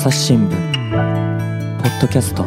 朝日新聞ポッドキャスト。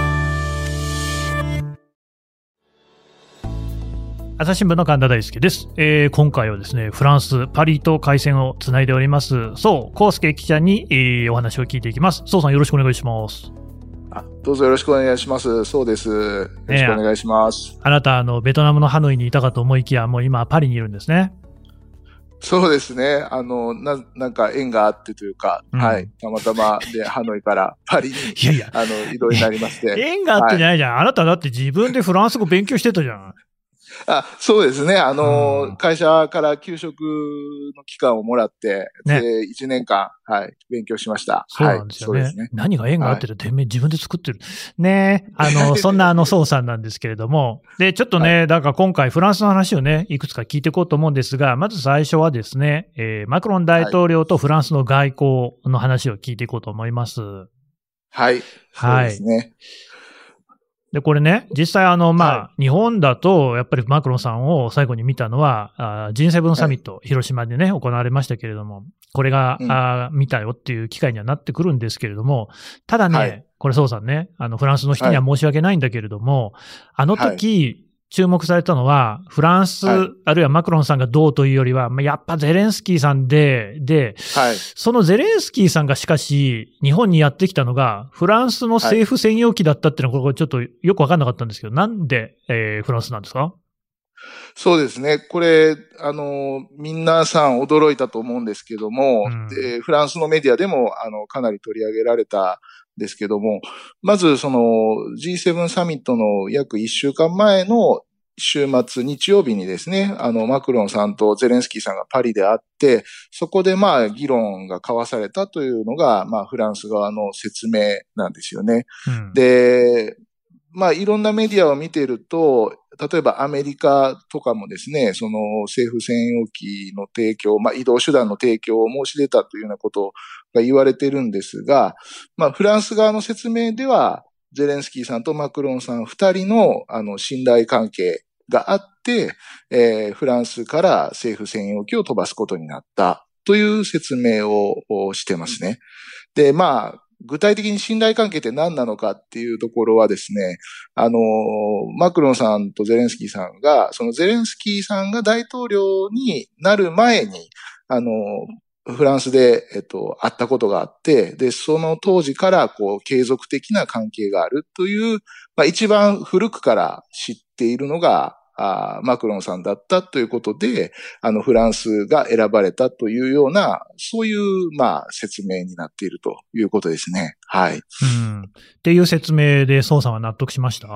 朝日新聞の神田大輔です。今回はですね、フランスパリと回線をつないでおります宋康介記者に、お話を聞いていきます。宋さん、よろしくお願いします。 どうぞよろしくお願いします。そうです。よろしくお願いします。 あなたベトナムのハノイにいたかと思いきや、もう今パリにいるんですね。 そうですね。なんか縁があってというか、はい。たまたまでハノイからパリに移動になりまして。 縁があってじゃないじゃん。あなただって自分でフランス語勉強してたじゃん。 そうですね。会社から給食の期間をもらって、 ね、 1年間、勉強しました。 そうなんですよね。はい、そうですね。何が縁があってるって自分で作ってる。ねそんな宋さんなんですけれども。で、ちょっとね、だから今回フランスの話をね、いくつか聞いていこうと思うんですが、まず最初はですね、マクロン大統領とフランスの外交の話を聞いていこうと思います。 はい。そうですね。 で、これね、実際日本だと、やっぱりマクロンさんを最後に見たのは、G7 サミット、広島でね、行われましたけれども、これが、見たよっていう機会にはなってくるんですけれども、ただね、これ、宋さんね、フランスの人には申し訳ないんだけれども、あの時、注目されたのは、フランス、あるいはマクロンさんがどうというよりは、やっぱゼレンスキーさんで、そのゼレンスキーさんがしかし、日本にやってきたのが、フランスの政府専用機だったっていうのは、これちょっとよくわかんなかったんですけど、なんで、フランスなんですか？ そうですね。これ、皆さん驚いたと思うんですけども、フランスのメディアでも、かなり取り上げられたんですけども、まず、G7 サミットの約1週間前の週末、日曜日にですね、マクロンさんとゼレンスキーさんがパリで会って、そこで議論が交わされたというのが、フランス側の説明なんですよね。で、いろんなメディアを見ていると、例えばアメリカとかもですね、その政府専用機の提供、移動手段の提供を申し出たというようなことが言われているんですが、フランス側の説明では、ゼレンスキーさんとマクロンさん二人の信頼関係があって、フランスから政府専用機を飛ばすことになったという説明をしてますね。で、具体的に信頼関係って何なのかっていうところはですね、マクロンさんとゼレンスキーさんが、そのゼレンスキーさんが大統領になる前に、フランスで、会ったことがあって、で、その当時から、継続的な関係があるという、一番古くから知っているのが、マクロンさんだったということで、フランスが選ばれたというような、そういう、説明になっているということですね。はい。 っていう説明で、宋さんは納得しました？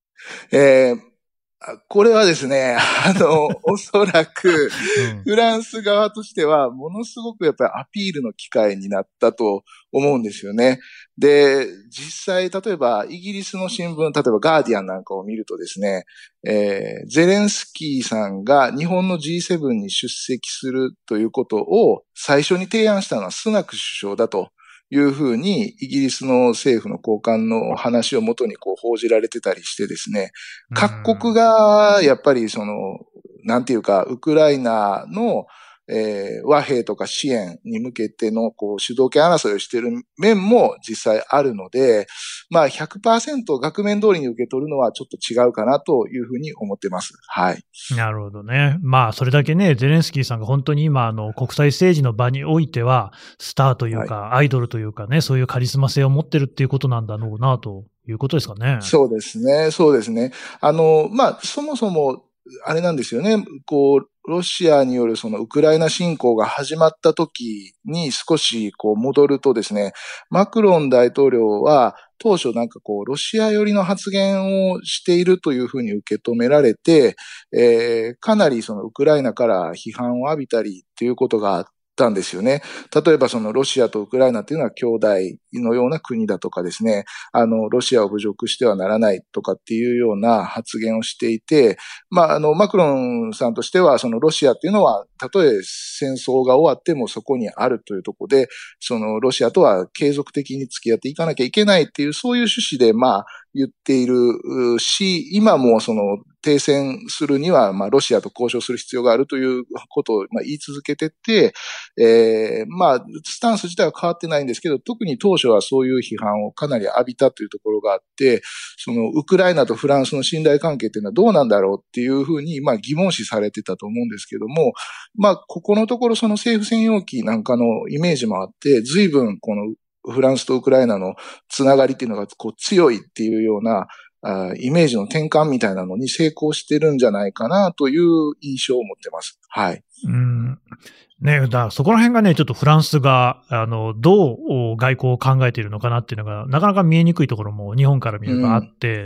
これはですね、おそらく、フランス側としては、ものすごくやっぱりアピールの機会になったと思うんですよね。で、実際、例えば、イギリスの新聞、例えばガーディアンなんかを見るとですね、ゼレンスキーさんが日本の G7 に出席するということを最初に提案したのはスナク首相だと。いうふうに、イギリスの政府の高官の話をもとに報じられてたりしてですね、各国がやっぱりなんていうか、ウクライナの、和平とか支援に向けての主導権争いをしている面も実際あるので、100% 額面通りに受け取るのはちょっと違うかなというふうに思ってます。はい。 なるほどね。それだけね、ゼレンスキーさんが本当に今、国際政治の場においては、スターというか、アイドルというかね、そういうカリスマ性を持ってるっていうことなんだろうな、ということですかね。 そうですね。そうですね。そもそも、あれなんですよね。ロシアによるそのウクライナ侵攻が始まった時に少し戻るとですね、マクロン大統領は当初ロシア寄りの発言をしているというふうに受け止められて、かなりそのウクライナから批判を浴びたりっていうことがあったんですよね。例えばロシアとウクライナっていうのは兄弟のような国だとかですね、ロシアを侮辱してはならないとかっていうような発言をしていて、マクロンさんとしてはロシアっていうのは、たとえ戦争が終わってもそこにあるというところで、ロシアとは継続的に付き合っていかなきゃいけないっていう、そういう趣旨で言っているし、今も停戦するには、ロシアと交渉する必要があるということを、言い続けてて、スタンス自体は変わってないんですけど、特に当初はそういう批判をかなり浴びたというところがあって、そのウクライナとフランスの信頼関係っていうのはどうなんだろうっていうふうに、疑問視されてたと思うんですけども、ここのところその政府専用機なんかのイメージもあって、随分このフランスとウクライナのつながりっていうのが強いっていうようなイメージの転換みたいなのに成功してるんじゃないかなという印象を持ってます。はい。 ね、そこら辺がね、ちょっとフランスが、どう外交を考えているのかなっていうのが、なかなか見えにくいところも日本から見ればあって、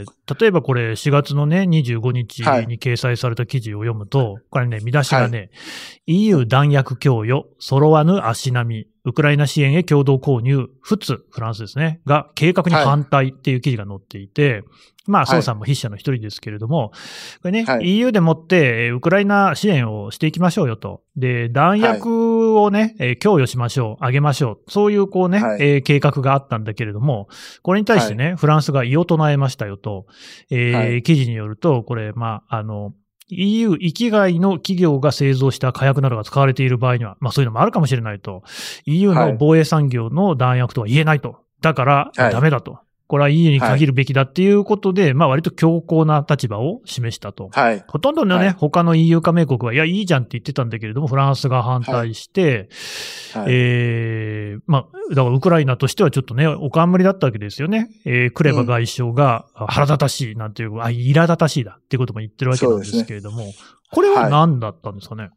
例えばこれ4月のね、25日に掲載された記事を読むと、これね、見出しがね、EU 弾薬供与、揃わぬ足並み、ウクライナ支援へ共同購入、フランスですね、が計画に反対っていう記事が載っていて、宋さんも筆者の一人ですけれども、これね、EU でもって、ウクライナ支援をしていきましょうよと。で、弾薬をね、供与しましょう、あげましょう。そういう計画があったんだけれども、これに対してね、フランスが異を唱えましたよと。記事によると、これ、EU 域外の企業が製造した火薬などが使われている場合には、そういうのもあるかもしれないと。EU の防衛産業の弾薬とは言えないと。だから、ダメだと。これは EU に限るべきだっていうことで、割と強硬な立場を示したと。ほとんどのね、他の EU 加盟国は、いや、いいじゃんって言ってたんだけれども、フランスが反対して、だからウクライナとしてはちょっとね、お冠だったわけですよね。クレバ外相が腹立たしいなんていう、苛立たしいだっていうことも言ってるわけなんですけれども、これは何だったんですかね。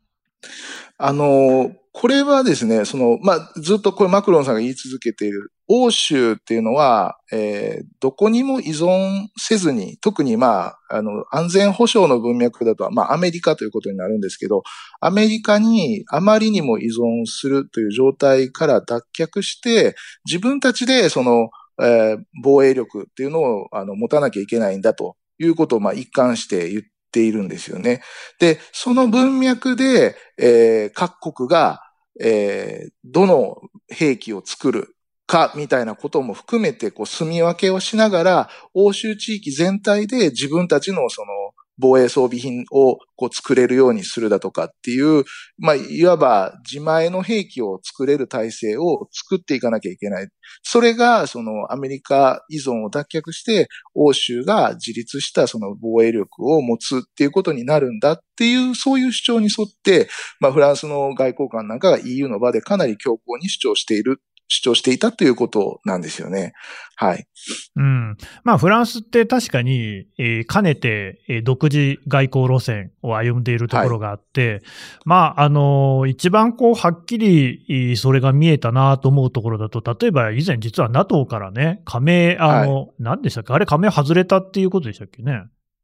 これはですね、ずっとこれマクロンさんが言い続けている、欧州っていうのは、どこにも依存せずに、特に安全保障の文脈だと、アメリカということになるんですけど、アメリカにあまりにも依存するという状態から脱却して、自分たちで防衛力っていうのを持たなきゃいけないんだということを一貫して言っているんですよね。で、その文脈で、各国がどの兵器を作るかみたいなことも含めて住み分けをしながら欧州地域全体で自分たちの防衛装備品を作れるようにするだとかっていう、いわば自前の兵器を作れる体制を作っていかなきゃいけない。それがアメリカ依存を脱却して欧州が自立した防衛力を持つっていうことになるんだっていう、そういう主張に沿って、フランスの外交官なんかが EU の場でかなり強硬に主張していたということなんですよね。はい。 フランスって確かに、かねて、独自外交路線を歩んでいるところがあって、一番はっきりそれが見えたなと思うところだと、例えば以前実は NATO からね、加盟、何でしたっけ、あれ加盟外れたっていうことでしたっけね。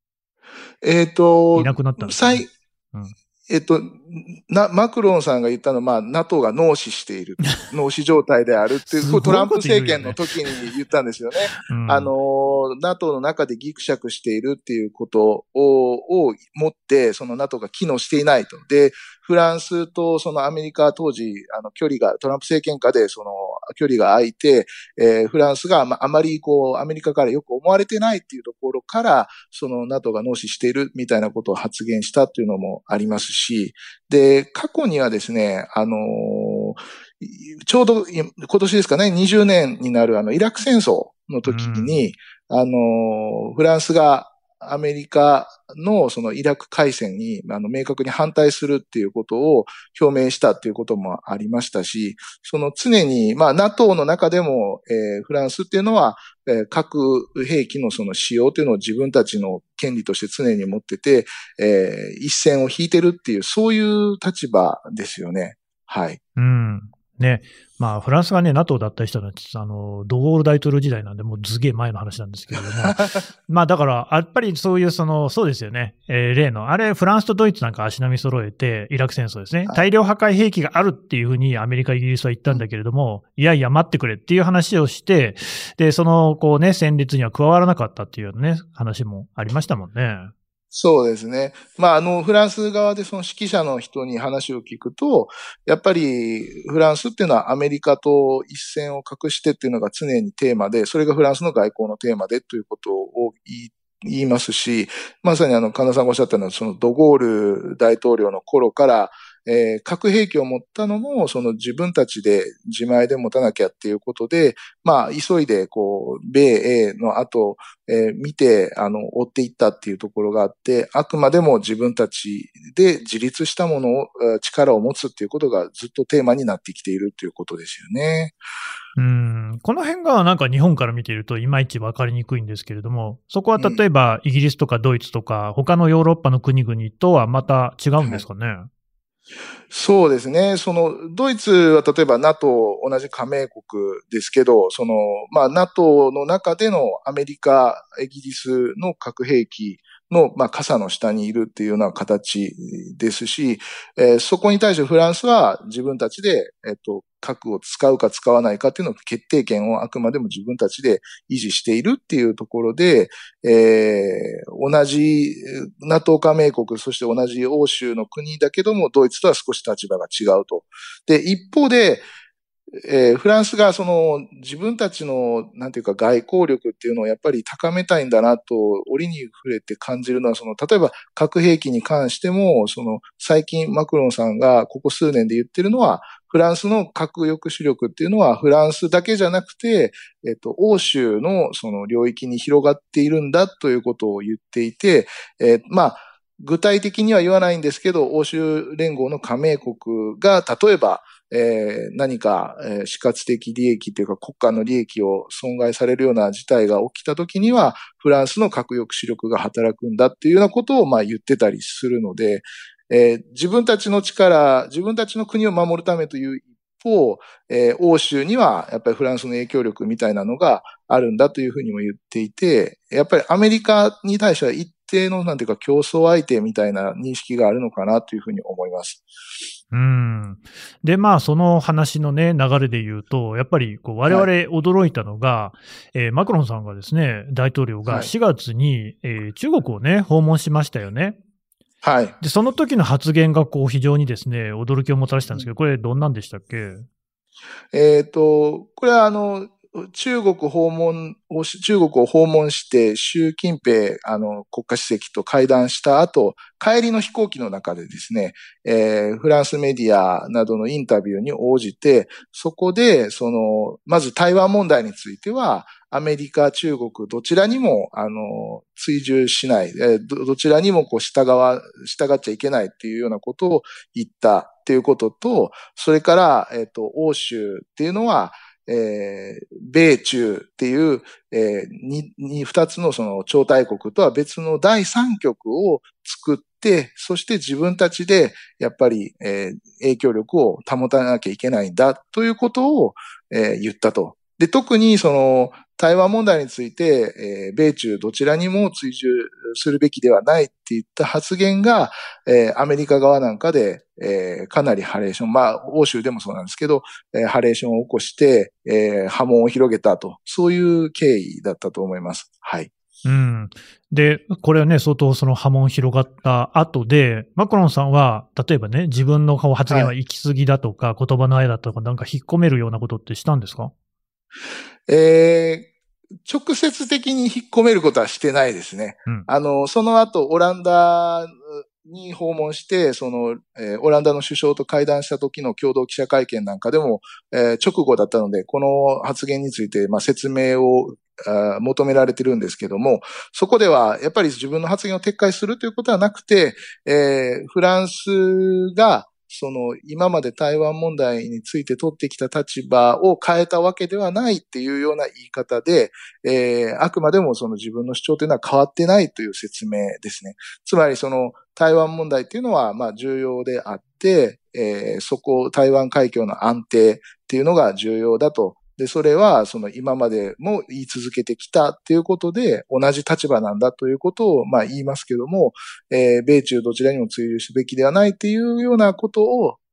いなくなったんですね。 マクロンさんが言ったのは、NATO が脳死している。脳死状態であるっていう、トランプ政権の時に言ったんですよね。NATO の中でギクシャクしているっていうことをもって、NATO が機能していないと。で、フランスとアメリカ当時、トランプ政権下で距離が空いて、フランスがあまりアメリカからよく思われてないっていうところから、NATO が脳死しているみたいなことを発言したっていうのもありますし、で、過去にはですね、ちょうど今年ですかね、20年になるイラク戦争の時に、フランスがアメリカのイラク海戦に明確に反対するっていうことを表明したっていうこともありましたし、常にNATO の中でも、フランスっていうのは、核兵器の使用っていうのを自分たちの権利として常に持ってて、一線を引いてるっていうそういう立場ですよね。はい。 ね。フランスがね、NATO だった人は、ドゴール大統領時代なんで、もうすげえ前の話なんですけれども。だから、やっぱりそういうそうですよね。例の、あれ、フランスとドイツなんか足並み揃えて、イラク戦争ですね。大量破壊兵器があるっていうふうにアメリカ、イギリスは言ったんだけれども、いやいや待ってくれっていう話をして、で、戦列には加わらなかったっていうね、話もありましたもんね。 そうですね。フランス側で指揮者の人に話を聞くと、やっぱりフランスっていうのはアメリカと一線を画してっていうのが常にテーマで、それがフランスの外交のテーマでということを言っ言いますし、まさに神田さんがおっしゃったのは、そのドゴール大統領の頃から、核兵器を持ったのも、その自分たちで自前で持たなきゃっていうことで、まあ、急いで、米英の後、見て、追っていったっていうところがあって、あくまでも自分たちで自立したものを、力を持つっていうことがずっとテーマになってきているということですよね。 この辺がなんか日本から見ているといまいち分かりにくいんですけれども、そこは例えばイギリスとかドイツとか、他のヨーロッパの国々とはまた違うんですかね。 そうですね。ドイツは例えば NATO 同じ加盟国ですけど、NATO の中でのアメリカ、イギリスの核兵器の、傘の下にいるっていうような形ですし、そこに対してフランスは自分たちで、核を使うか使わないかっていうのを決定権をあくまでも自分たちで維持しているっていうところで、同じ NATO 加盟国、そして同じ欧州の国だけども、ドイツとは少し立場が違うと。で、一方で、フランスが自分たちの、なんていうか外交力っていうのをやっぱり高めたいんだなと、折に触れて感じるのは、例えば核兵器に関しても、最近マクロンさんがここ数年で言ってるのは、フランスの核抑止力っていうのはフランスだけじゃなくて、欧州のその領域に広がっているんだということを言っていて、具体的には言わないんですけど、欧州連合の加盟国が、例えば、何か、死活的利益というか国家の利益を損害されるような事態が起きたときには、フランスの核抑止力が働くんだっていうようなことを言ってたりするので、自分たちの力、自分たちの国を守るためという一方、欧州にはやっぱりフランスの影響力みたいなのがあるんだというふうにも言っていて、やっぱりアメリカに対しては一定のなんていうか競争相手みたいな認識があるのかなというふうに思います。 で、その話のね、流れで言うと、やっぱり我々驚いたのが、マクロンさんがですね、大統領が4月に、中国をね、訪問しましたよね。 はい。 で、その時の発言が非常にですね、驚きをもたらしたんですけど、これどんなんでしたっけ？ これは中国を訪問して、習近平、国家主席と会談した後、帰りの飛行機の中でですね、フランスメディアなどのインタビューに応じて、そこで、まず台湾問題については、アメリカ、中国、どちらにも、追従しない、どちらにも従っちゃいけないっていうようなことを言ったっていうことと、それから、欧州っていうのは、米中っていう、二つのその超大国とは別の第三極を作って、そして自分たちでやっぱり、影響力を保たなきゃいけないんだということを、言ったと。で、特に台湾問題について、米中どちらにも追従するべきではないって言った発言が、アメリカ側なんかで、かなりハレーション、欧州でもそうなんですけど、ハレーションを起こして、波紋を広げたと、そういう経緯だったと思います。はい。 で、これはね、相当その波紋広がった後で、マクロンさんは、例えばね、自分の発言は行き過ぎだとか、言葉のあやだとか、なんか引っ込めるようなことってしたんですか？ 直接的に引っ込めることはしてないですね。その後、オランダに訪問して、オランダの首相と会談した時の共同記者会見なんかでも、直後だったので、この発言について、説明を求められてるんですけども、そこではやっぱり自分の発言を撤回するということはなくて、フランスが今まで台湾問題について取ってきた立場を変えたわけではないっていうような言い方で、あくまでも自分の主張というのは変わってないという説明ですね。つまり台湾問題っていうのは重要であって、台湾海峡の安定っていうのが重要だと。で、それは今までも言い続けてきたっていうことで同じ立場なんだということを言いますけども、米中どちらにも追従すべきではないっていうようなことを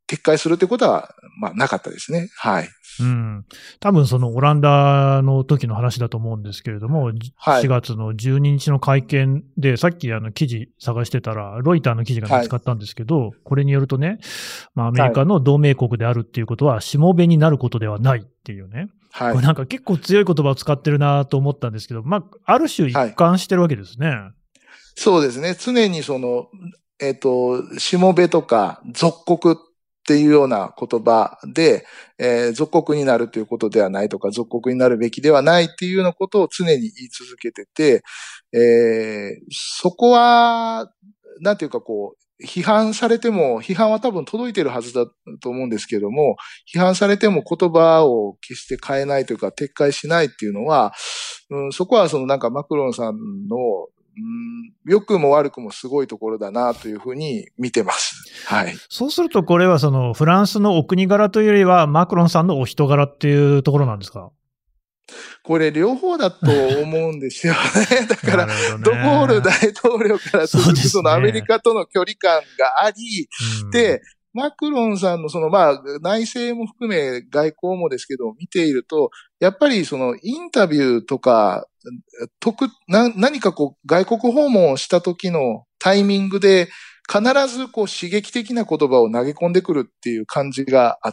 撤回するということは、まあ、なかったですね。はい。 うん。多分そのオランダの時の話だと思うんですけれども、 はい。 4月の12日の会見で、さっき記事探してたら、ロイターの記事が見つかったんですけど、これによるとね、まあ、アメリカの同盟国であるっていうことは、しもべになることではないっていうね。 はい。 これなんか結構強い言葉を使ってるなと思ったんですけど、まあ、ある種一貫してるわけですね。 そうですね。常にしもべとか属国っていうような言葉で、属国になるということではないとか、属国になるべきではないっていうようなことを常に言い続けてて、そこは、なんていうかこう、批判は多分届いてるはずだと思うんですけども、批判されても言葉を決して変えないというか、撤回しないっていうのは、そこはなんかマクロンさんの良くも悪くもすごいところだなというふうに見てます。はい。 そうするとこれはフランスのお国柄というよりはマクロンさんのお人柄っていうところなんですか？ これ両方だと思うんですよね。だから、ドゴール大統領から続くそのアメリカとの距離感があり、で、マクロンさんのまあ、内政も含め外交もですけど、見ていると、やっぱりインタビューとか、何かこう、外国訪問をした時のタイミングで、必ずこう刺激的な言葉を投げ込んでくるっていう感じがあって、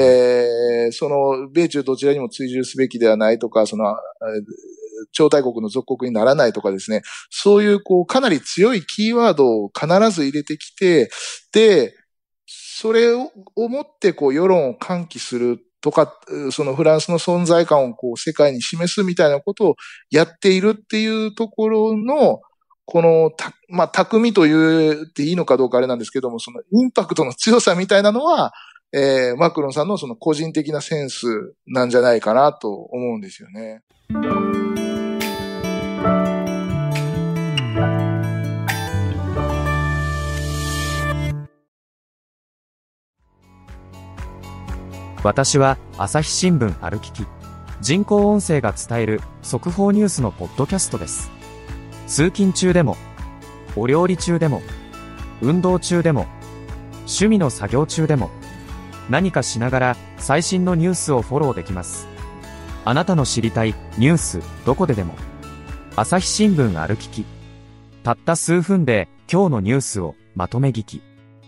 米中どちらにも追従すべきではないとか、超大国の属国にならないとかですね、そういうこう、かなり強いキーワードを必ず入れてきて、で、それをもってこう、世論を喚起するとか、フランスの存在感をこう、世界に示すみたいなことをやっているっていうところの、まあ、巧みと言っていいのかどうかあれなんですけども、インパクトの強さみたいなのは、マクロンさんの個人的なセンスなんじゃないかなと思うんですよね。 私は朝日新聞ある聞き。人工音声が伝える速報ニュースのポッドキャストです。通勤中でも、お料理中でも、運動中でも、趣味の作業中でも、何かしながら最新のニュースをフォローできます。あなたの知りたいニュースどこででも。朝日新聞ある聞き。たった数分で今日のニュースをまとめ聞き。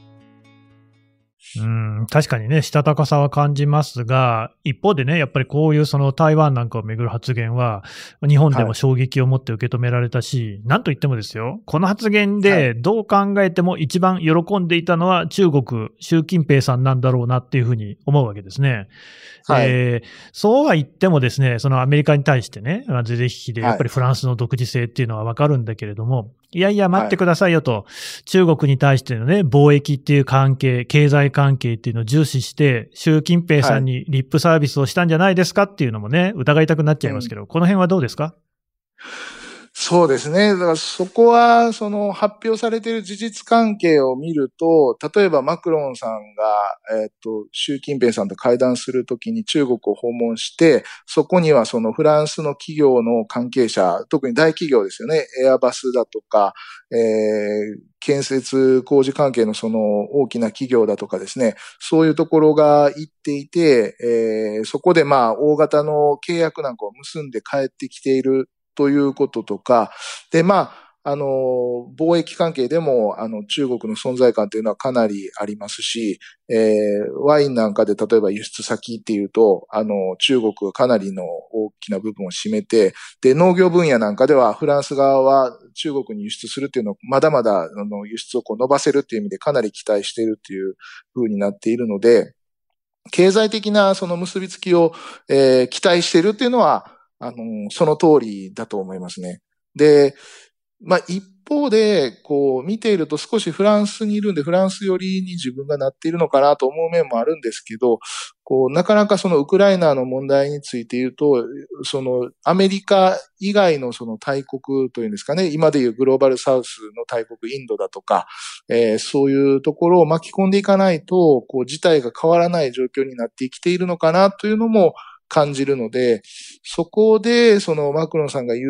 確かにね、したたかさは感じますが、一方でね、やっぱりこういう台湾なんかをめぐる発言は、日本でも衝撃を持って受け止められたし、なんといってもですよ、この発言でどう考えても一番喜んでいたのは中国、習近平さんなんだろうなっていうふうに思うわけですね。はい。そうは言ってもですね、アメリカに対してね、是々非々でやっぱりフランスの独自性っていうのはわかるんだけれども、いやいや待ってくださいよと、中国に対してのね、貿易っていう関係、経済関係っていうのを重視して、習近平さんにリップサービスをしたんじゃないですかっていうのもね、疑いたくなっちゃいますけど、この辺はどうですか？ そうですね。だからそこは、発表されている事実関係を見ると、例えばマクロンさんが、習近平さんと会談するときに中国を訪問して、そこにはフランスの企業の関係者、特に大企業ですよね。エアバスだとか、建設工事関係の大きな企業だとかですね。そういうところが行っていて、そこでまあ、大型の契約なんかを結んで帰ってきているということとか、で、まあ、貿易関係でも、中国の存在感というのはかなりありますし、ワインなんかで例えば輸出先っていうと、中国がかなりの大きな部分を占めて、で、農業分野なんかではフランス側は中国に輸出するっていうのをまだまだ、輸出をこう伸ばせるっていう意味でかなり期待しているっていう風になっているので、経済的な結びつきを、期待しているっていうのは、その通りだと思いますね。で、まあ、一方で、こう、見ていると少しフランスにいるんで、フランス寄りに自分がなっているのかなと思う面もあるんですけど、こう、なかなかウクライナの問題について言うと、アメリカ以外の大国というんですかね、今でいうグローバルサウスの大国、インドだとか、そういうところを巻き込んでいかないと、こう、事態が変わらない状況になってきているのかなというのも感じるので、そこで、マクロンさんが言う、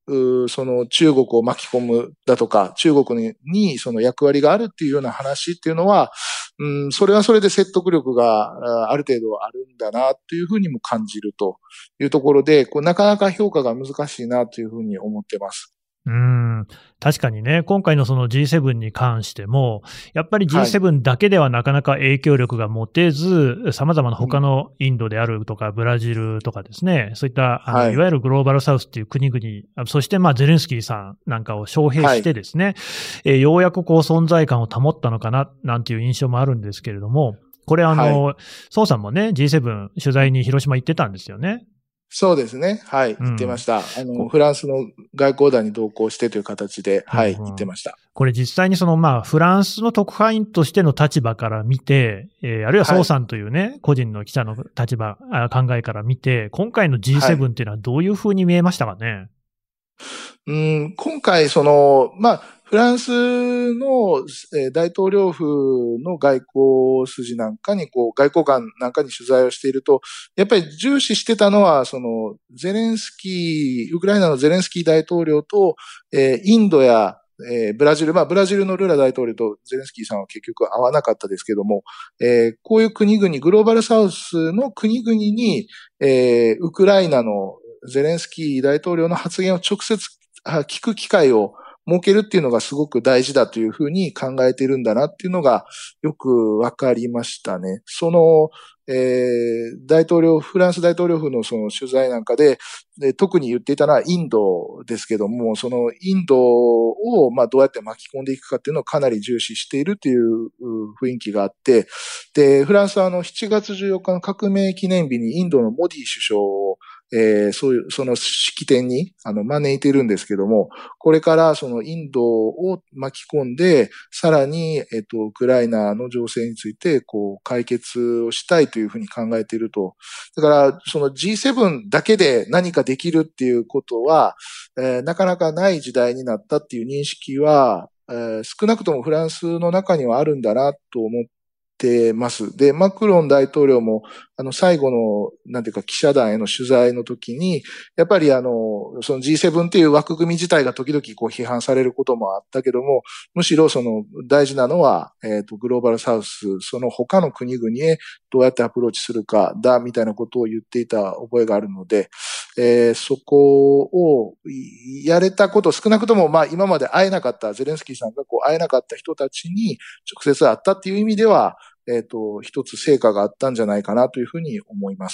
その中国を巻き込むだとか、中国にその役割があるっていうような話っていうのは、それはそれで説得力がある程度あるんだなというふうにも感じるというところで、なかなか評価が難しいなというふうに思ってます。 確かにね、今回のその G7 に関しても、やっぱり G7 だけではなかなか影響力が持てず、様々な他のインドであるとか、ブラジルとかですね、そういったいわゆるグローバルサウスっていう国々、そしてゼレンスキーさんなんかを招聘してですね、ようやくこう存在感を保ったのかな、なんていう印象もあるんですけれども、これ宋さんもね、G7 取材に広島行ってたんですよね。 そうですね。はい。言ってました。フランスの外交団に同行してという形で、言ってました。 これ実際にフランスの特派員としての立場から見て、あるいは宋さんというね、個人の記者の立場、考えから見て、今回の G7 っていうのはどういうふうに見えましたかね？ 今回、フランスの大統領府の外交筋なんかに、外交官なんかに取材をしていると、やっぱり重視してたのは、ウクライナのゼレンスキー大統領と、インドや、ブラジルのルラ大統領とゼレンスキーさんは結局会わなかったですけども、こういう国々、グローバルサウスの国々に、ウクライナのゼレンスキー大統領の発言を直接聞く機会を設けるっていうのがすごく大事だというふうに考えているんだなっていうのがよくわかりましたね。フランス大統領府のその取材なんかで、特に言っていたのはインドですけども、そのインドをどうやって巻き込んでいくかっていうのをかなり重視しているという雰囲気があって、で、フランスは7月14日の革命記念日にインドのモディ首相をその式典に、招いてるんですけども、これからそのインドを巻き込んで、さらに、ウクライナの情勢について、解決をしたいというふうに考えていると。だから、その G7 だけで何かできるっていうことは、なかなかない時代になったっていう認識は、少なくともフランスの中にはあるんだなと思ってます。で、マクロン大統領も、最後の、記者団への取材の時に、やっぱりその G7 っていう枠組み自体が時々批判されることもあったけども、むしろ大事なのは、グローバルサウス、その他の国々へどうやってアプローチするかだ、みたいなことを言っていた覚えがあるので、そこをやれたこと、少なくとも今まで会えなかった、ゼレンスキーさんが会えなかった人たちに直接会ったっていう意味では、一つ成果があったんじゃないかなというふうに思います。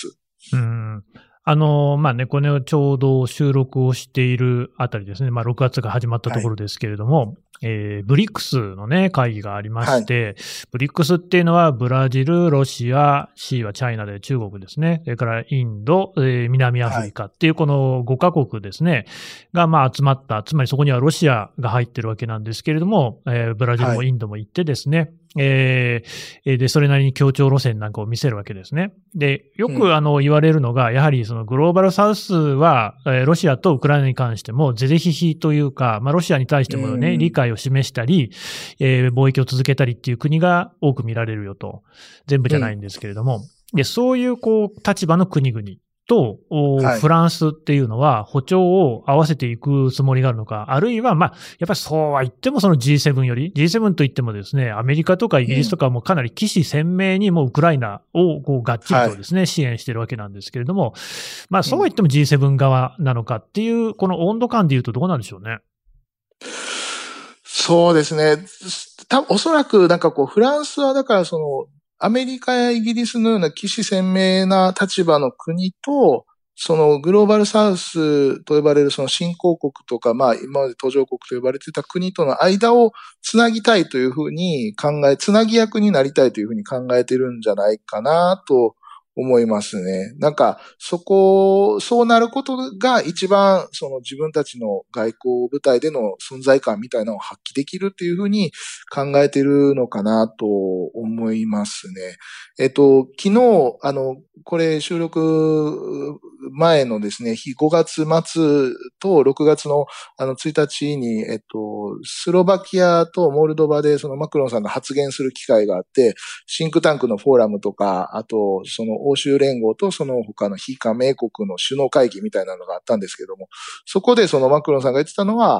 これをちょうど収録をしているあたりですね、6月が始まったところですけれども、ブリックスのね、会議がありまして、ブリックスっていうのはブラジル、ロシア、C はチャイナで中国ですね、それからインド、南アフリカっていうこの5カ国ですね、が集まった、つまりそこにはロシアが入ってるわけなんですけれども、ブラジルもインドも行ってですね、で、それなりに協調路線なんかを見せるわけですね。で、よく言われるのが、やはりそのグローバルサウスは、ロシアとウクライナに関しても、是々非々というか、ロシアに対してもね、理解を示したり、貿易を続けたりっていう国が多く見られるよと。全部じゃないんですけれども。で、そういう立場の国々と、フランスっていうのは歩調を合わせていくつもりがあるのか、あるいは、やっぱりそうは言ってもその G7 より、G7 と言ってもですね、アメリカとかイギリスとかもかなり旗手鮮明にもうウクライナをがっちりとですね、支援しているわけなんですけれども、そうは言っても G7 側なのかっていう、この温度感で言うとどうなんでしょうね。 そうですね。おそらくフランスはアメリカやイギリスのような旗手鮮明な立場の国と、そのグローバルサウスと呼ばれるその新興国とか、今まで途上国と呼ばれていた国との間をつなぎたいというふうにつなぎ役になりたいというふうに考えてるんじゃないかなと思いますね。そうなることが一番自分たちの外交舞台での存在感みたいなのを発揮できるっていうふうに考えてるのかなと思いますね。昨日、これ収録前のですね、5月末と6月の1日に、スロバキアとモルドバでそのマクロンさんが発言する機会があって、シンクタンクのフォーラムとか、あとその欧州連合とその他の非加盟国の首脳会議みたいなのがあったんですけども、そこでそのマクロンさんが言ってたのは、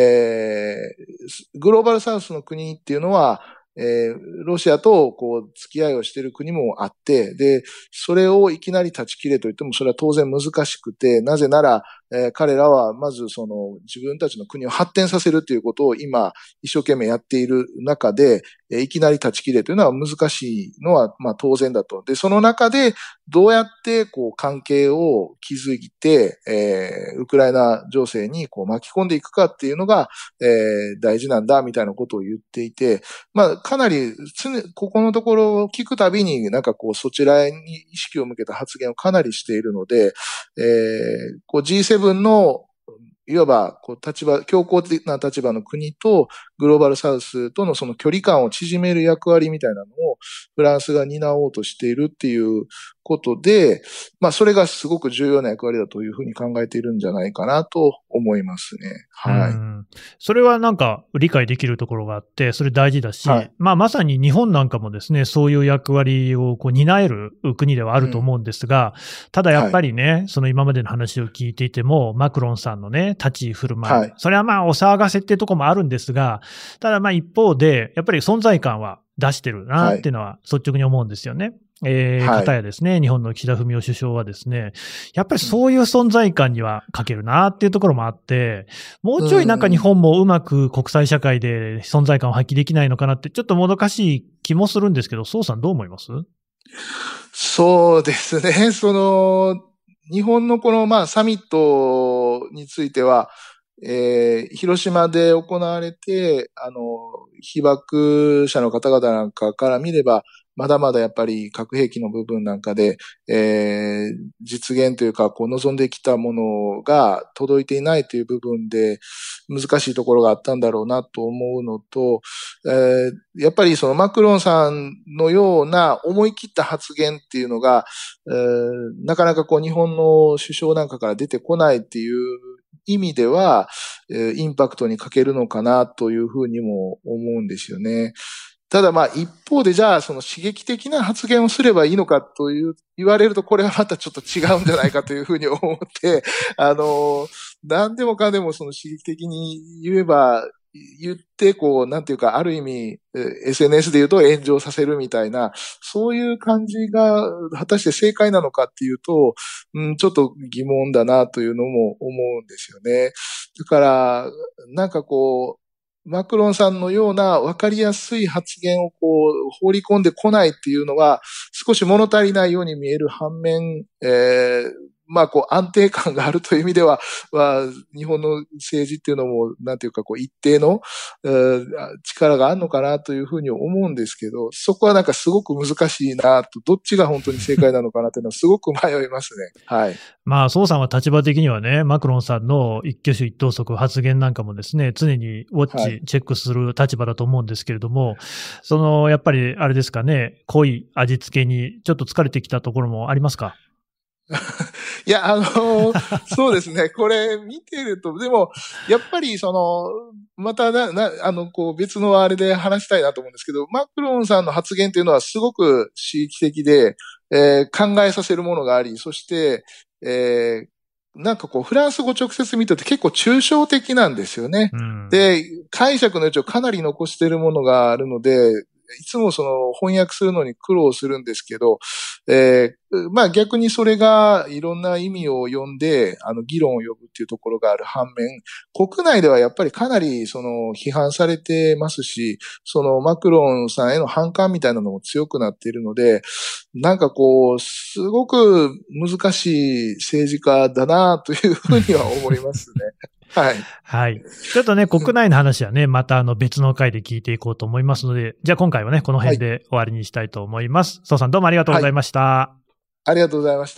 グローバルサウスの国っていうのは、ロシアとこう付き合いをしている国もあって、で、それをいきなり断ち切れと言ってもそれは当然難しくて、なぜなら、彼らはまずその自分たちの国を発展させるということを今一生懸命やっている中で、いきなり断ち切れというのは難しいのはまあ当然だと。で、その中でどうやってこう関係を築いて、ウクライナ情勢にこう巻き込んでいくかっていうのが、大事なんだみたいなことを言っていて、まあかなりここのところを聞くたびになんかこうそちらに意識を向けた発言をかなりしているので、こう G7 のいわばこう強硬な立場の国とグローバルサウスとのその距離感を縮める役割みたいなのをフランスが担おうとしているっていうことで、まあそれがすごく重要な役割だというふうに考えているんじゃないかなと思いますね。はい。 それはなんか理解できるところがあって、それ大事だし、はい、まあまさに日本なんかもですね、そういう役割をこう担える国ではあると思うんですが、ただやっぱりね、その今までの話を聞いていても、マクロンさんのね、立ち振る舞い、それはまあお騒がせっていうところもあるんですが、ただまあ一方で、やっぱり存在感は出してるなっていうのは率直に思うんですよね。方やですね、日本の岸田文雄首相はですね、やっぱりそういう存在感には欠けるなっていうところもあって、もうちょいなんか日本もうまく国際社会で存在感を発揮できないのかなって、ちょっともどかしい気もするんですけど、宋さんどう思います？ そうですね。日本のこのまあサミットについては、広島で行われて、被爆者の方々なんかから見れば、まだまだやっぱり核兵器の部分なんかで、実現というか、こう望んできたものが届いていないという部分で難しいところがあったんだろうなと思うのと、やっぱりそのマクロンさんのような思い切った発言っていうのが、なかなかこう日本の首相なんかから出てこないっていう意味では、インパクトに欠けるのかなというふうにも思うんですよね。ただまあ一方でじゃあその刺激的な発言をすればいいのかと言われるとこれはまたちょっと違うんじゃないかというふうに思って、何でもかんでもその刺激的に言ってこうなんていうかある意味 SNS で言うと炎上させるみたいなそういう感じが果たして正解なのかっていうと、ちょっと疑問だなというのも思うんですよね。だからなんかこうマクロンさんのような分かりやすい発言をこう放り込んでこないっていうのは少し物足りないように見える反面、まあこう安定感があるという意味では、日本の政治っていうのもなんていうかこう一定の、力があるのかなというふうに思うんですけど、そこはなんかすごく難しいなと、どっちが本当に正解なのかなというのはすごく迷いますね。はい。 まあ、宋さんは立場的にはね、マクロンさんの一挙手一投足発言なんかもですね、常にウォッチ、チェックする立場だと思うんですけれども、やっぱりあれですかね、濃い味付けにちょっと疲れてきたところもありますか？ いや、そうですね。これ見てると、でも、やっぱりまたこう別のあれで話したいなと思うんですけど、マクロンさんの発言というのはすごく刺激的で、考えさせるものがあり、そして、なんかこう、フランス語直接見てて結構抽象的なんですよね。で、解釈の余地をかなり残しているものがあるので、いつも翻訳するのに苦労するんですけど、まあ逆にそれがいろんな意味を呼んで、議論を呼ぶっていうところがある反面、国内ではやっぱりかなり批判されてますし、マクロンさんへの反感みたいなのも強くなっているので、なんかこう、すごく難しい政治家だなというふうには思いますね。はい。 はい。ちょっとね、国内の話はね、また別の回で聞いていこうと思いますので、じゃあ今回はね、この辺で終わりにしたいと思います。宋さんどうもありがとうございました。 はい、ありがとうございました。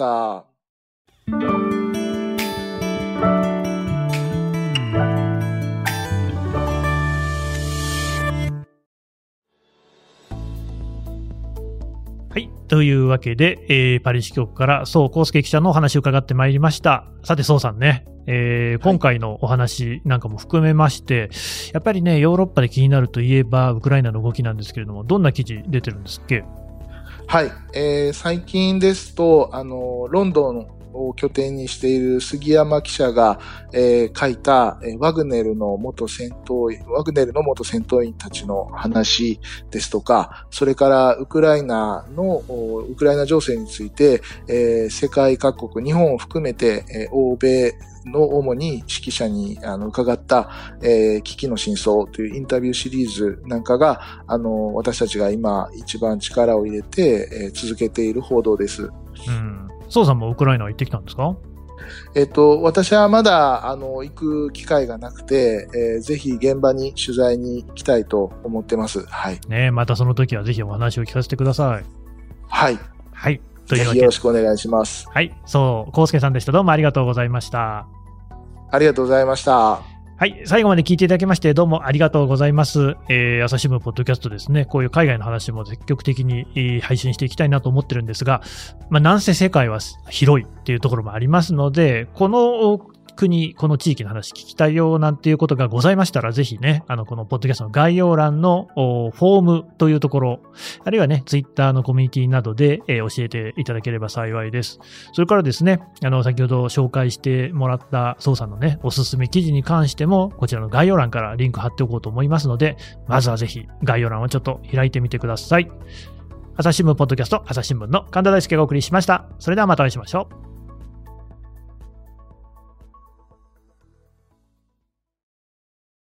はい。 というわけで、パリ支局から宋康介記者のお話を伺ってまいりました。さて、宋さんね、今回のお話なんかも含めまして、やっぱりね、ヨーロッパで気になるといえば、ウクライナの動きなんですけれども、どんな記事出てるんですっけ？ はい。最近ですと、ロンドンを拠点にしている杉山記者が、書いた、ワグネルの元戦闘員たちの話ですとか、それからウクライナ情勢について、世界各国、日本を含めて、欧米の主に指揮者に伺った、危機の真相というインタビューシリーズなんかが、私たちが今一番力を入れて、続けている報道です。 宋さんもウクライナ行ってきたんですか？ 私はまだ行く機会がなくて、ぜひ現場に取材に行きたいと思ってます。はい。 ね、またその時はぜひお話を聞かせてください。 はい。 はい。 というわけでぜひよろしくお願いします。 はい。そう康介さんでした。どうもありがとうございました。 ありがとうございました。 はい。最後まで聞いていただきましてどうもありがとうございます。朝日新聞ポッドキャストですね。こういう海外の話も積極的に配信していきたいなと思ってるんですが、なんせ世界は広いっていうところもありますので、この国、この地域の話聞きたいよなんていうことがございましたら、ぜひね、このポッドキャストの概要欄のフォームというところ、あるいはね、ツイッターのコミュニティなどで、教えていただければ幸いです。それからですね、先ほど紹介してもらった宋さんのね、おすすめ記事に関しても、こちらの概要欄からリンク貼っておこうと思いますので、まずはぜひ概要欄をちょっと開いてみてください。朝日新聞ポッドキャスト、朝日新聞の神田大輔がお送りしました。それではまたお会いしましょう。